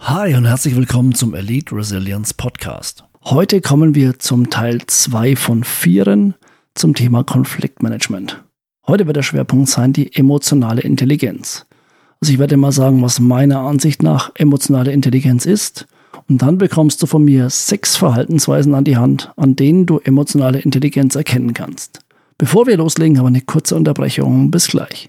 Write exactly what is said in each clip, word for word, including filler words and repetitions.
Hi und herzlich willkommen zum Elite Resilience Podcast. Heute kommen wir zum Teil zwei von vieren zum Thema Konfliktmanagement. Heute wird der Schwerpunkt sein die emotionale Intelligenz. Also ich werde mal sagen, was meiner Ansicht nach emotionale Intelligenz ist, und dann bekommst du von mir sechs Verhaltensweisen an die Hand, an denen du emotionale Intelligenz erkennen kannst. Bevor wir loslegen, aber eine kurze Unterbrechung. Bis gleich.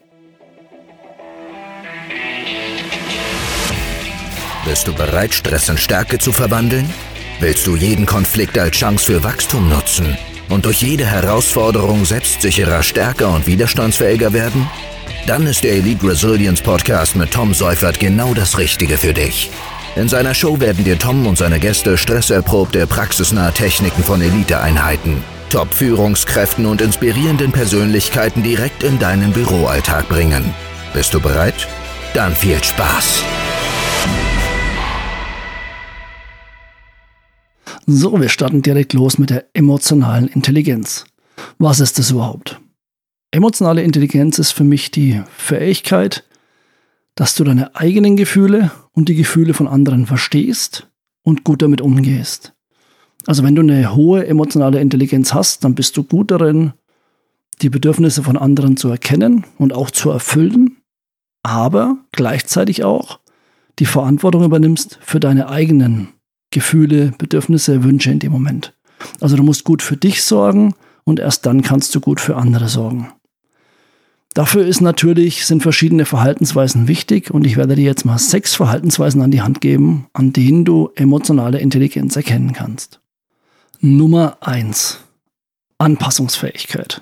Bist du bereit, Stress in Stärke zu verwandeln? Willst du jeden Konflikt als Chance für Wachstum nutzen und durch jede Herausforderung selbstsicherer, stärker und widerstandsfähiger werden? Dann ist der Elite Resilience Podcast mit Tom Seufert genau das Richtige für dich. In seiner Show werden dir Tom und seine Gäste stresserprobte, praxisnahe Techniken von Eliteeinheiten, Top-Führungskräften und inspirierenden Persönlichkeiten direkt in deinen Büroalltag bringen. Bist du bereit? Dann viel Spaß! So, wir starten direkt los mit der emotionalen Intelligenz. Was ist das überhaupt? Emotionale Intelligenz ist für mich die Fähigkeit, dass du deine eigenen Gefühle und die Gefühle von anderen verstehst und gut damit umgehst. Also wenn du eine hohe emotionale Intelligenz hast, dann bist du gut darin, die Bedürfnisse von anderen zu erkennen und auch zu erfüllen, aber gleichzeitig auch die Verantwortung übernimmst für deine eigenen Gefühle, Bedürfnisse, Wünsche in dem Moment. Also du musst gut für dich sorgen und erst dann kannst du gut für andere sorgen. Dafür ist natürlich, sind verschiedene Verhaltensweisen wichtig und ich werde dir jetzt mal sechs Verhaltensweisen an die Hand geben, an denen du emotionale Intelligenz erkennen kannst. Nummer eins. Anpassungsfähigkeit.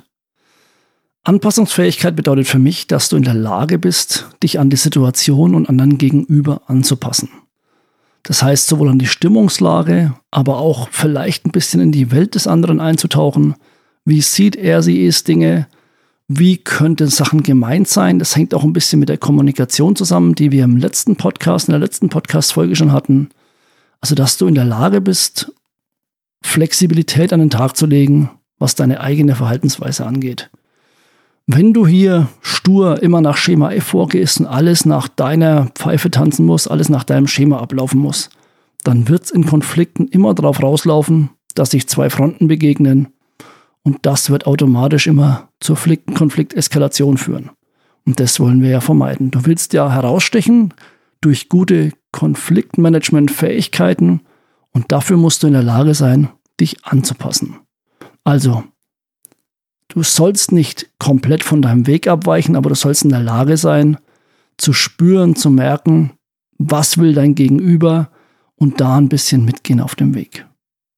Anpassungsfähigkeit bedeutet für mich, dass du in der Lage bist, dich an die Situation und anderen gegenüber anzupassen. Das heißt, sowohl an die Stimmungslage, aber auch vielleicht ein bisschen in die Welt des anderen einzutauchen. Wie sieht er, sie es, Dinge? Wie könnten Sachen gemeint sein? Das hängt auch ein bisschen mit der Kommunikation zusammen, die wir im letzten Podcast, in der letzten Podcast-Folge schon hatten. Also, dass du in der Lage bist, Flexibilität an den Tag zu legen, was deine eigene Verhaltensweise angeht. Wenn du hier stur immer nach Schema F vorgehst und alles nach deiner Pfeife tanzen muss, alles nach deinem Schema ablaufen muss, dann wird es in Konflikten immer darauf rauslaufen, dass sich zwei Fronten begegnen und das wird automatisch immer zur Konflikteskalation führen. Und das wollen wir ja vermeiden. Du willst ja herausstechen durch gute Konfliktmanagement-Fähigkeiten und dafür musst du in der Lage sein, dich anzupassen. Also, du sollst nicht komplett von deinem Weg abweichen, aber du sollst in der Lage sein, zu spüren, zu merken, was will dein Gegenüber und da ein bisschen mitgehen auf dem Weg.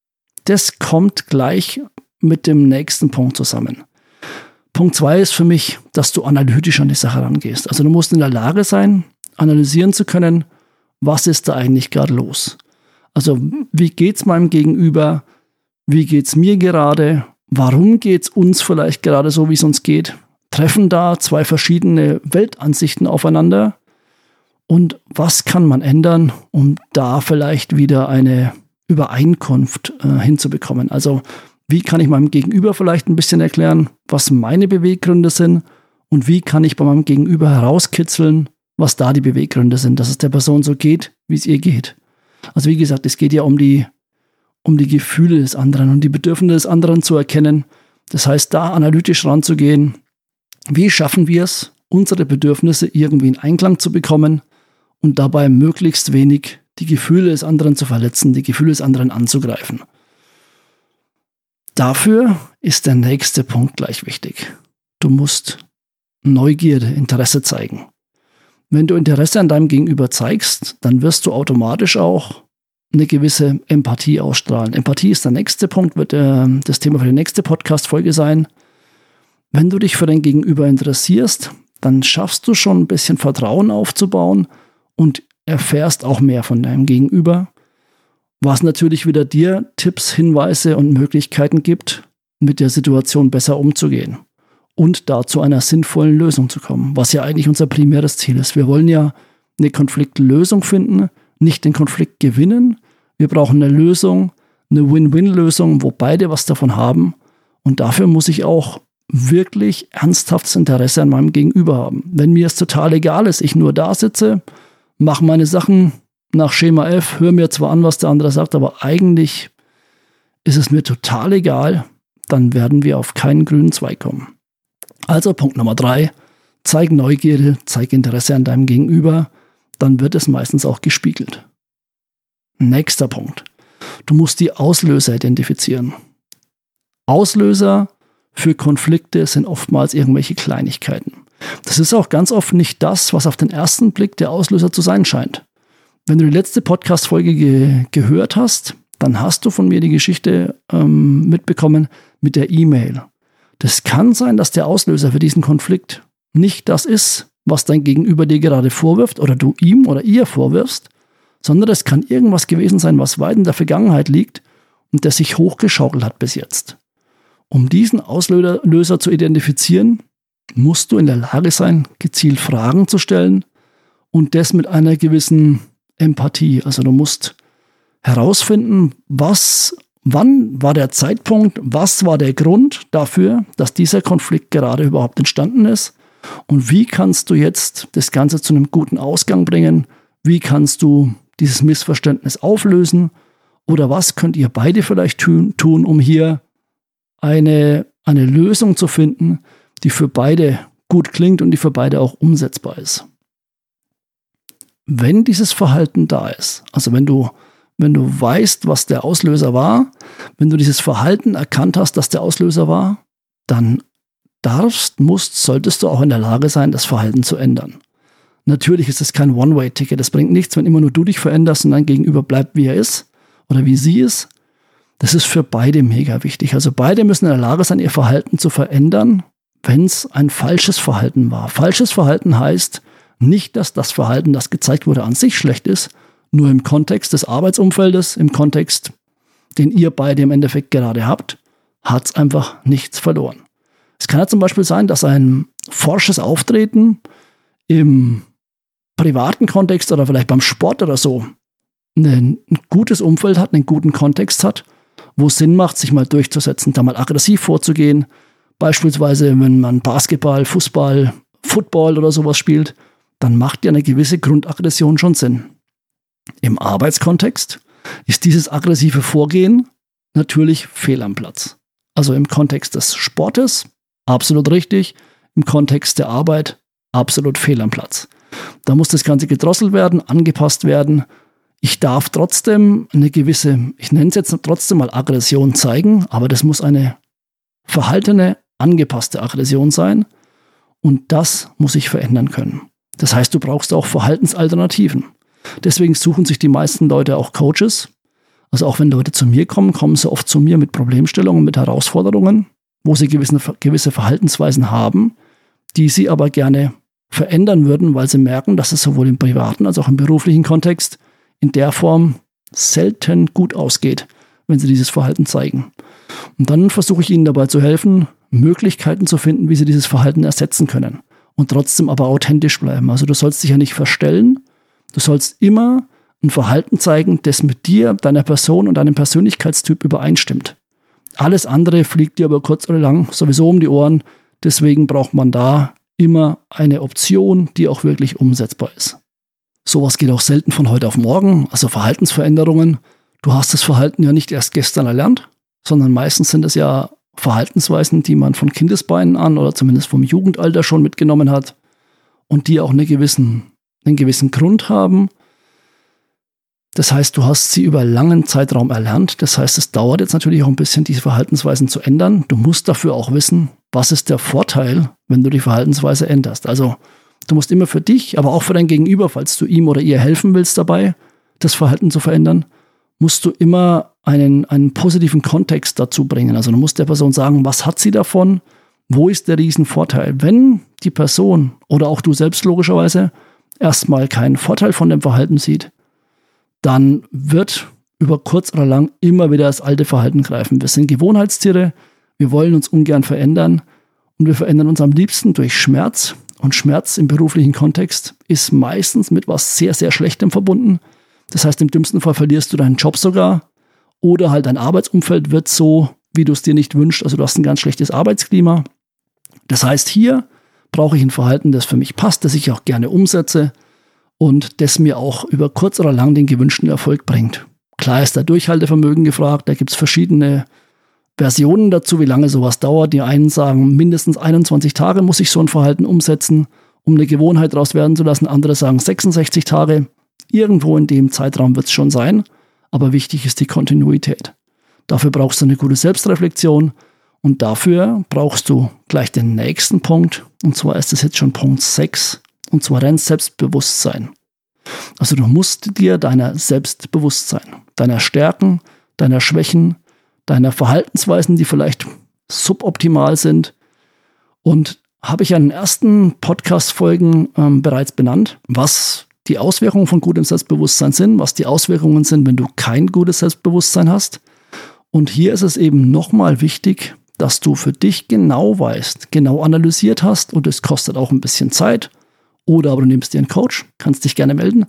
Das kommt gleich mit dem nächsten Punkt zusammen. Punkt zwei ist für mich, dass du analytisch an die Sache rangehst. Also du musst in der Lage sein, analysieren zu können, was ist da eigentlich gerade los. Also wie geht's meinem Gegenüber, wie geht's mir gerade, warum geht's uns vielleicht gerade so, wie es uns geht? Treffen da zwei verschiedene Weltansichten aufeinander? Und was kann man ändern, um da vielleicht wieder eine Übereinkunft äh, hinzubekommen? Also wie kann ich meinem Gegenüber vielleicht ein bisschen erklären, was meine Beweggründe sind? Und wie kann ich bei meinem Gegenüber herauskitzeln, was da die Beweggründe sind, dass es der Person so geht, wie es ihr geht? Also wie gesagt, es geht ja um die um die Gefühle des anderen und die Bedürfnisse des anderen zu erkennen. Das heißt, da analytisch ranzugehen. Wie schaffen wir es, unsere Bedürfnisse irgendwie in Einklang zu bekommen und dabei möglichst wenig die Gefühle des anderen zu verletzen, die Gefühle des anderen anzugreifen. Dafür ist der nächste Punkt gleich wichtig. Du musst Neugierde, Interesse zeigen. Wenn du Interesse an deinem Gegenüber zeigst, dann wirst du automatisch auch eine gewisse Empathie ausstrahlen. Empathie ist der nächste Punkt, wird äh, das Thema für die nächste Podcast-Folge sein. Wenn du dich für dein Gegenüber interessierst, dann schaffst du schon ein bisschen Vertrauen aufzubauen und erfährst auch mehr von deinem Gegenüber, was natürlich wieder dir Tipps, Hinweise und Möglichkeiten gibt, mit der Situation besser umzugehen und da zu einer sinnvollen Lösung zu kommen, was ja eigentlich unser primäres Ziel ist. Wir wollen ja eine Konfliktlösung finden, nicht den Konflikt gewinnen. Wir brauchen eine Lösung, eine Win-Win-Lösung, wo beide was davon haben. Und dafür muss ich auch wirklich ernsthaftes Interesse an meinem Gegenüber haben. Wenn mir es total egal ist, ich nur da sitze, mache meine Sachen nach Schema F, höre mir zwar an, was der andere sagt, aber eigentlich ist es mir total egal, dann werden wir auf keinen grünen Zweig kommen. Also Punkt Nummer drei, zeig Neugierde, zeig Interesse an deinem Gegenüber, dann wird es meistens auch gespiegelt. Nächster Punkt. Du musst die Auslöser identifizieren. Auslöser für Konflikte sind oftmals irgendwelche Kleinigkeiten. Das ist auch ganz oft nicht das, was auf den ersten Blick der Auslöser zu sein scheint. Wenn du die letzte Podcast-Folge ge- gehört hast, dann hast du von mir die Geschichte ähm, mitbekommen mit der E-Mail. Das kann sein, dass der Auslöser für diesen Konflikt nicht das ist, was dein Gegenüber dir gerade vorwirft oder du ihm oder ihr vorwirfst, sondern es kann irgendwas gewesen sein, was weit in der Vergangenheit liegt und der sich hochgeschaukelt hat bis jetzt. Um diesen Auslöser zu identifizieren, musst du in der Lage sein, gezielt Fragen zu stellen und das mit einer gewissen Empathie. Also du musst herausfinden, was, wann war der Zeitpunkt, was war der Grund dafür, dass dieser Konflikt gerade überhaupt entstanden ist und wie kannst du jetzt das Ganze zu einem guten Ausgang bringen, wie kannst du dieses Missverständnis auflösen oder was könnt ihr beide vielleicht tun, tun um hier eine, eine Lösung zu finden, die für beide gut klingt und die für beide auch umsetzbar ist. Wenn dieses Verhalten da ist, also wenn du, wenn du weißt, was der Auslöser war, wenn du dieses Verhalten erkannt hast, dass der Auslöser war, dann darfst, musst, solltest du auch in der Lage sein, das Verhalten zu ändern. Natürlich ist es kein One-Way-Ticket. Es bringt nichts, wenn immer nur du dich veränderst und dein Gegenüber bleibt, wie er ist oder wie sie ist. Das ist für beide mega wichtig. Also beide müssen in der Lage sein, ihr Verhalten zu verändern, wenn es ein falsches Verhalten war. Falsches Verhalten heißt nicht, dass das Verhalten, das gezeigt wurde, an sich schlecht ist, nur im Kontext des Arbeitsumfeldes, im Kontext, den ihr beide im Endeffekt gerade habt, hat es einfach nichts verloren. Es kann ja zum Beispiel sein, dass ein forsches Auftreten im privaten Kontext oder vielleicht beim Sport oder so ein gutes Umfeld hat, einen guten Kontext hat, wo es Sinn macht, sich mal durchzusetzen, da mal aggressiv vorzugehen. Beispielsweise, wenn man Basketball, Fußball, Football oder sowas spielt, dann macht ja eine gewisse Grundaggression schon Sinn. Im Arbeitskontext ist dieses aggressive Vorgehen natürlich fehl am Platz. Also im Kontext des Sportes absolut richtig, im Kontext der Arbeit absolut fehl am Platz. Da muss das Ganze gedrosselt werden, angepasst werden. Ich darf trotzdem eine gewisse, ich nenne es jetzt trotzdem mal Aggression zeigen, aber das muss eine verhaltene, angepasste Aggression sein und das muss sich verändern können. Das heißt, du brauchst auch Verhaltensalternativen. Deswegen suchen sich die meisten Leute auch Coaches. Also auch wenn Leute zu mir kommen, kommen sie oft zu mir mit Problemstellungen, mit Herausforderungen, wo sie gewisse, gewisse Verhaltensweisen haben, die sie aber gerne verändern würden, weil sie merken, dass es sowohl im privaten als auch im beruflichen Kontext in der Form selten gut ausgeht, wenn sie dieses Verhalten zeigen. Und dann versuche ich ihnen dabei zu helfen, Möglichkeiten zu finden, wie sie dieses Verhalten ersetzen können und trotzdem aber authentisch bleiben. Also du sollst dich ja nicht verstellen, du sollst immer ein Verhalten zeigen, das mit dir, deiner Person und deinem Persönlichkeitstyp übereinstimmt. Alles andere fliegt dir aber kurz oder lang sowieso um die Ohren, deswegen braucht man da immer eine Option, die auch wirklich umsetzbar ist. Sowas geht auch selten von heute auf morgen, also Verhaltensveränderungen. Du hast das Verhalten ja nicht erst gestern erlernt, sondern meistens sind es ja Verhaltensweisen, die man von Kindesbeinen an oder zumindest vom Jugendalter schon mitgenommen hat und die auch eine gewissen, einen gewissen Grund haben. Das heißt, du hast sie über langen Zeitraum erlernt. Das heißt, es dauert jetzt natürlich auch ein bisschen, diese Verhaltensweisen zu ändern. Du musst dafür auch wissen, was ist der Vorteil, wenn du die Verhaltensweise änderst. Also du musst immer für dich, aber auch für dein Gegenüber, falls du ihm oder ihr helfen willst dabei, das Verhalten zu verändern, musst du immer einen, einen positiven Kontext dazu bringen. Also du musst der Person sagen, was hat sie davon, wo ist der Riesenvorteil. Wenn die Person oder auch du selbst logischerweise erstmal keinen Vorteil von dem Verhalten sieht, dann wird über kurz oder lang immer wieder das alte Verhalten greifen. Wir sind Gewohnheitstiere, wir wollen uns ungern verändern und wir verändern uns am liebsten durch Schmerz. Und Schmerz im beruflichen Kontext ist meistens mit was sehr, sehr Schlechtem verbunden. Das heißt, im dümmsten Fall verlierst du deinen Job sogar oder halt dein Arbeitsumfeld wird so, wie du es dir nicht wünschst. Also du hast ein ganz schlechtes Arbeitsklima. Das heißt, hier brauche ich ein Verhalten, das für mich passt, das ich auch gerne umsetze und das mir auch über kurz oder lang den gewünschten Erfolg bringt. Klar ist da Durchhaltevermögen gefragt, da gibt es verschiedene Versionen dazu, wie lange sowas dauert. Die einen sagen, mindestens einundzwanzig Tage muss ich so ein Verhalten umsetzen, um eine Gewohnheit daraus werden zu lassen. Andere sagen sechsundsechzig Tage. Irgendwo in dem Zeitraum wird es schon sein, aber wichtig ist die Kontinuität. Dafür brauchst du eine gute Selbstreflexion und dafür brauchst du gleich den nächsten Punkt, und zwar ist es jetzt schon Punkt sechs, und zwar dein Selbstbewusstsein. Also du musst dir deiner selbst bewusst sein, deiner Stärken, deiner Schwächen, deiner Verhaltensweisen, die vielleicht suboptimal sind. Und habe ich ja in den ersten Podcast-Folgen ähm, bereits benannt, was die Auswirkungen von gutem Selbstbewusstsein sind, was die Auswirkungen sind, wenn du kein gutes Selbstbewusstsein hast. Und hier ist es eben nochmal wichtig, dass du für dich genau weißt, genau analysiert hast, und es kostet auch ein bisschen Zeit, oder aber du nimmst dir einen Coach, kannst dich gerne melden,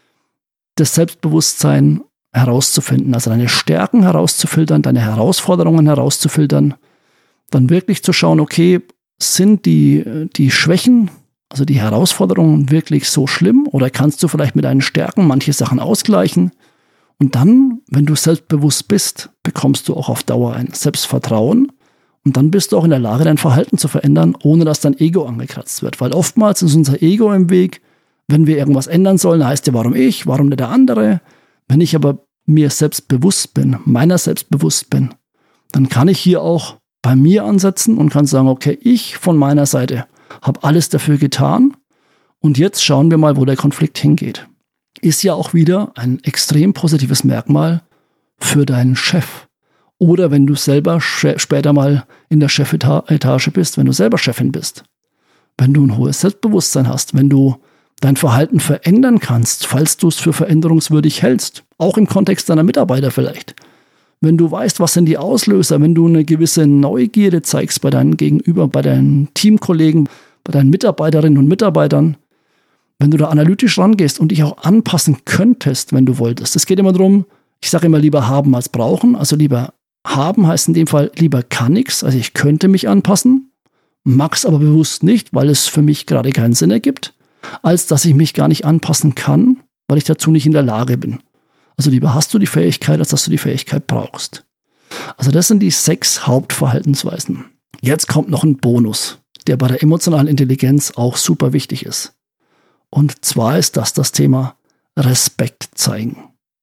das Selbstbewusstsein herauszufinden, also deine Stärken herauszufiltern, deine Herausforderungen herauszufiltern, dann wirklich zu schauen, okay, sind die, die Schwächen, also die Herausforderungen wirklich so schlimm, oder kannst du vielleicht mit deinen Stärken manche Sachen ausgleichen? Und dann, wenn du selbstbewusst bist, bekommst du auch auf Dauer ein Selbstvertrauen, und dann bist du auch in der Lage, dein Verhalten zu verändern, ohne dass dein Ego angekratzt wird. Weil oftmals ist unser Ego im Weg, wenn wir irgendwas ändern sollen, heißt ja, warum ich, warum nicht der andere? Wenn ich aber mir selbst bewusst bin, meiner selbst bewusst bin, dann kann ich hier auch bei mir ansetzen und kann sagen, okay, ich von meiner Seite habe alles dafür getan und jetzt schauen wir mal, wo der Konflikt hingeht. Ist ja auch wieder ein extrem positives Merkmal für deinen Chef. Oder wenn du selber später mal in der Chefetage bist, wenn du selber Chefin bist. Wenn du ein hohes Selbstbewusstsein hast, wenn du dein Verhalten verändern kannst, falls du es für veränderungswürdig hältst, auch im Kontext deiner Mitarbeiter vielleicht. Wenn du weißt, was sind die Auslöser, wenn du eine gewisse Neugierde zeigst bei deinen Gegenüber, bei deinen Teamkollegen, bei deinen Mitarbeiterinnen und Mitarbeitern, wenn du da analytisch rangehst und dich auch anpassen könntest, wenn du wolltest. Es geht immer darum, ich sage immer lieber haben als brauchen, also lieber haben heißt in dem Fall lieber kann ich's, also ich könnte mich anpassen, mag's aber bewusst nicht, weil es für mich gerade keinen Sinn ergibt, als dass ich mich gar nicht anpassen kann, weil ich dazu nicht in der Lage bin. Also lieber hast du die Fähigkeit, als dass du die Fähigkeit brauchst. Also das sind die sechs Hauptverhaltensweisen. Jetzt kommt noch ein Bonus, der bei der emotionalen Intelligenz auch super wichtig ist. Und zwar ist das das Thema Respekt zeigen.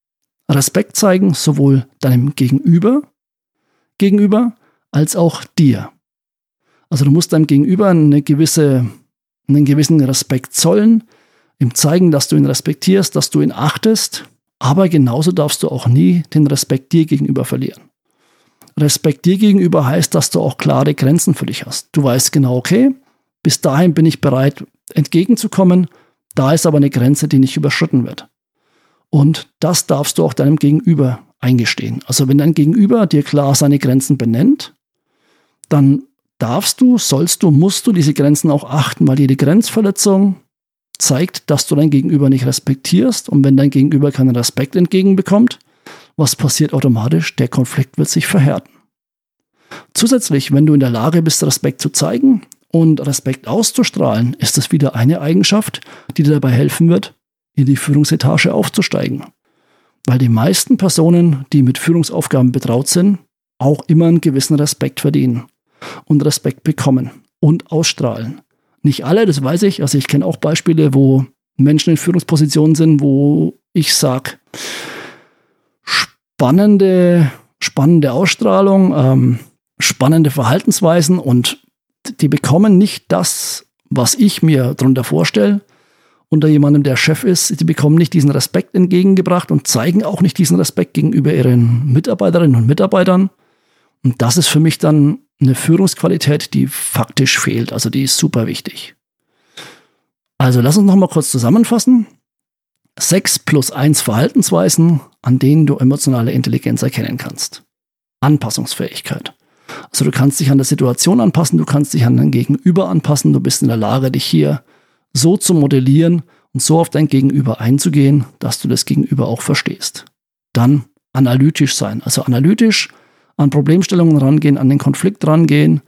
Respekt zeigen sowohl deinem Gegenüber, gegenüber als auch dir. Also du musst deinem Gegenüber eine gewisse, einen gewissen Respekt zollen, ihm zeigen, dass du ihn respektierst, dass du ihn achtest, aber genauso darfst du auch nie den Respekt dir gegenüber verlieren. Respekt dir gegenüber heißt, dass du auch klare Grenzen für dich hast. Du weißt genau, okay, bis dahin bin ich bereit, entgegenzukommen, da ist aber eine Grenze, die nicht überschritten wird. Und das darfst du auch deinem Gegenüber eingestehen. Also wenn dein Gegenüber dir klar seine Grenzen benennt, dann darfst du, sollst du, musst du diese Grenzen auch achten, weil jede Grenzverletzung zeigt, dass du dein Gegenüber nicht respektierst. Und wenn dein Gegenüber keinen Respekt entgegenbekommt, was passiert automatisch? Der Konflikt wird sich verhärten. Zusätzlich, wenn du in der Lage bist, Respekt zu zeigen und Respekt auszustrahlen, ist es wieder eine Eigenschaft, die dir dabei helfen wird, in die Führungsetage aufzusteigen. Weil die meisten Personen, die mit Führungsaufgaben betraut sind, auch immer einen gewissen Respekt verdienen und Respekt bekommen und ausstrahlen. Nicht alle, das weiß ich. Also ich kenne auch Beispiele, wo Menschen in Führungspositionen sind, wo ich sage, spannende, spannende Ausstrahlung, ähm, spannende Verhaltensweisen und die bekommen nicht das, was ich mir darunter vorstelle, unter jemandem, der Chef ist. Die bekommen nicht diesen Respekt entgegengebracht und zeigen auch nicht diesen Respekt gegenüber ihren Mitarbeiterinnen und Mitarbeitern. Und das ist für mich dann eine Führungsqualität, die faktisch fehlt. Also die ist super wichtig. Also lass uns noch mal kurz zusammenfassen. Sechs plus eins Verhaltensweisen, an denen du emotionale Intelligenz erkennen kannst. Anpassungsfähigkeit. Also du kannst dich an der Situation anpassen, du kannst dich an dein Gegenüber anpassen, du bist in der Lage, dich hier so zu modellieren und so auf dein Gegenüber einzugehen, dass du das Gegenüber auch verstehst. Dann analytisch sein, also analytisch an Problemstellungen rangehen, an den Konflikt rangehen,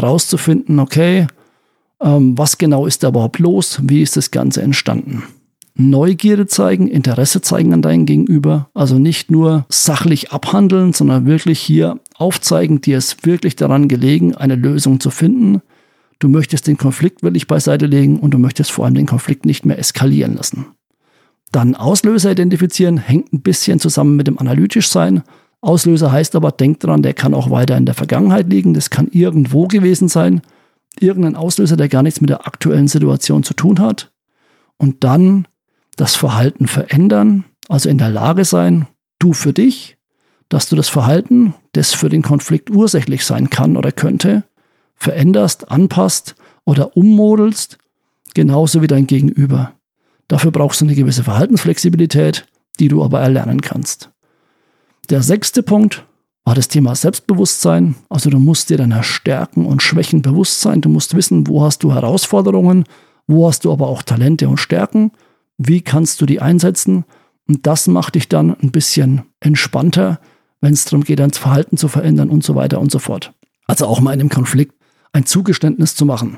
herauszufinden, okay, ähm, was genau ist da überhaupt los, wie ist das Ganze entstanden. Neugierde zeigen, Interesse zeigen an deinem Gegenüber. Also nicht nur sachlich abhandeln, sondern wirklich hier aufzeigen, dir ist wirklich daran gelegen, eine Lösung zu finden. Du möchtest den Konflikt wirklich beiseite legen und du möchtest vor allem den Konflikt nicht mehr eskalieren lassen. Dann Auslöser identifizieren, hängt ein bisschen zusammen mit dem analytisch sein. Auslöser heißt aber, denk dran, der kann auch weiter in der Vergangenheit liegen. Das kann irgendwo gewesen sein. Irgendein Auslöser, der gar nichts mit der aktuellen Situation zu tun hat. Und dann das Verhalten verändern, also in der Lage sein, du für dich, dass du das Verhalten, das für den Konflikt ursächlich sein kann oder könnte, veränderst, anpasst oder ummodelst, genauso wie dein Gegenüber. Dafür brauchst du eine gewisse Verhaltensflexibilität, die du aber erlernen kannst. Der sechste Punkt war das Thema Selbstbewusstsein. Also du musst dir deiner Stärken und Schwächen bewusst sein. Du musst wissen, wo hast du Herausforderungen, wo hast du aber auch Talente und Stärken. Wie kannst du die einsetzen? Und das macht dich dann ein bisschen entspannter, wenn es darum geht, dein Verhalten zu verändern und so weiter und so fort. Also auch mal in einem Konflikt ein Zugeständnis zu machen.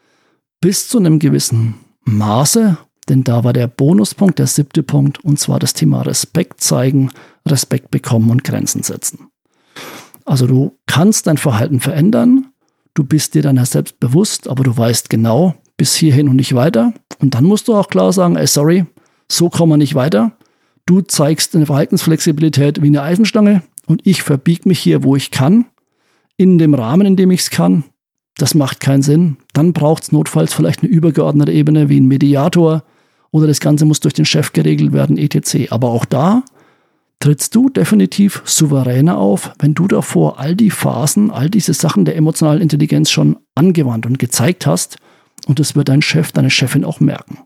Bis zu einem gewissen Maße, denn da war der Bonuspunkt, der siebte Punkt, und zwar das Thema Respekt zeigen, Respekt bekommen und Grenzen setzen. Also du kannst dein Verhalten verändern, du bist dir deiner selbst bewusst, aber du weißt genau, bis hierhin und nicht weiter. Und dann musst du auch klar sagen, ey, sorry, so kommen wir nicht weiter. Du zeigst eine Verhaltensflexibilität wie eine Eisenstange und ich verbiege mich hier, wo ich kann, in dem Rahmen, in dem ich es kann. Das macht keinen Sinn. Dann braucht es notfalls vielleicht eine übergeordnete Ebene wie ein Mediator oder das Ganze muss durch den Chef geregelt werden, et cetera. Aber auch da trittst du definitiv souveräner auf, wenn du davor all die Phasen, all diese Sachen der emotionalen Intelligenz schon angewandt und gezeigt hast. Und das wird dein Chef, deine Chefin auch merken.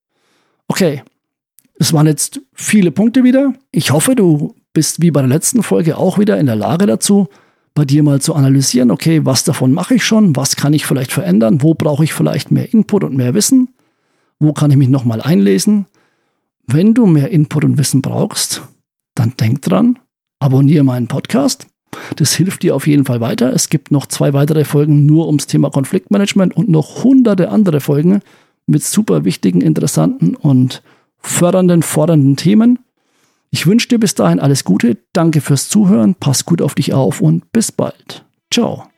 Okay, es waren jetzt viele Punkte wieder. Ich hoffe, du bist wie bei der letzten Folge auch wieder in der Lage dazu, bei dir mal zu analysieren, okay, was davon mache ich schon, was kann ich vielleicht verändern, wo brauche ich vielleicht mehr Input und mehr Wissen, wo kann ich mich nochmal einlesen. Wenn du mehr Input und Wissen brauchst, dann denk dran, abonniere meinen Podcast. Das hilft dir auf jeden Fall weiter. Es gibt noch zwei weitere Folgen nur ums Thema Konfliktmanagement und noch hunderte andere Folgen mit super wichtigen, interessanten und fördernden, fordernden Themen. Ich wünsche dir bis dahin alles Gute. Danke fürs Zuhören. Pass gut auf dich auf und bis bald. Ciao.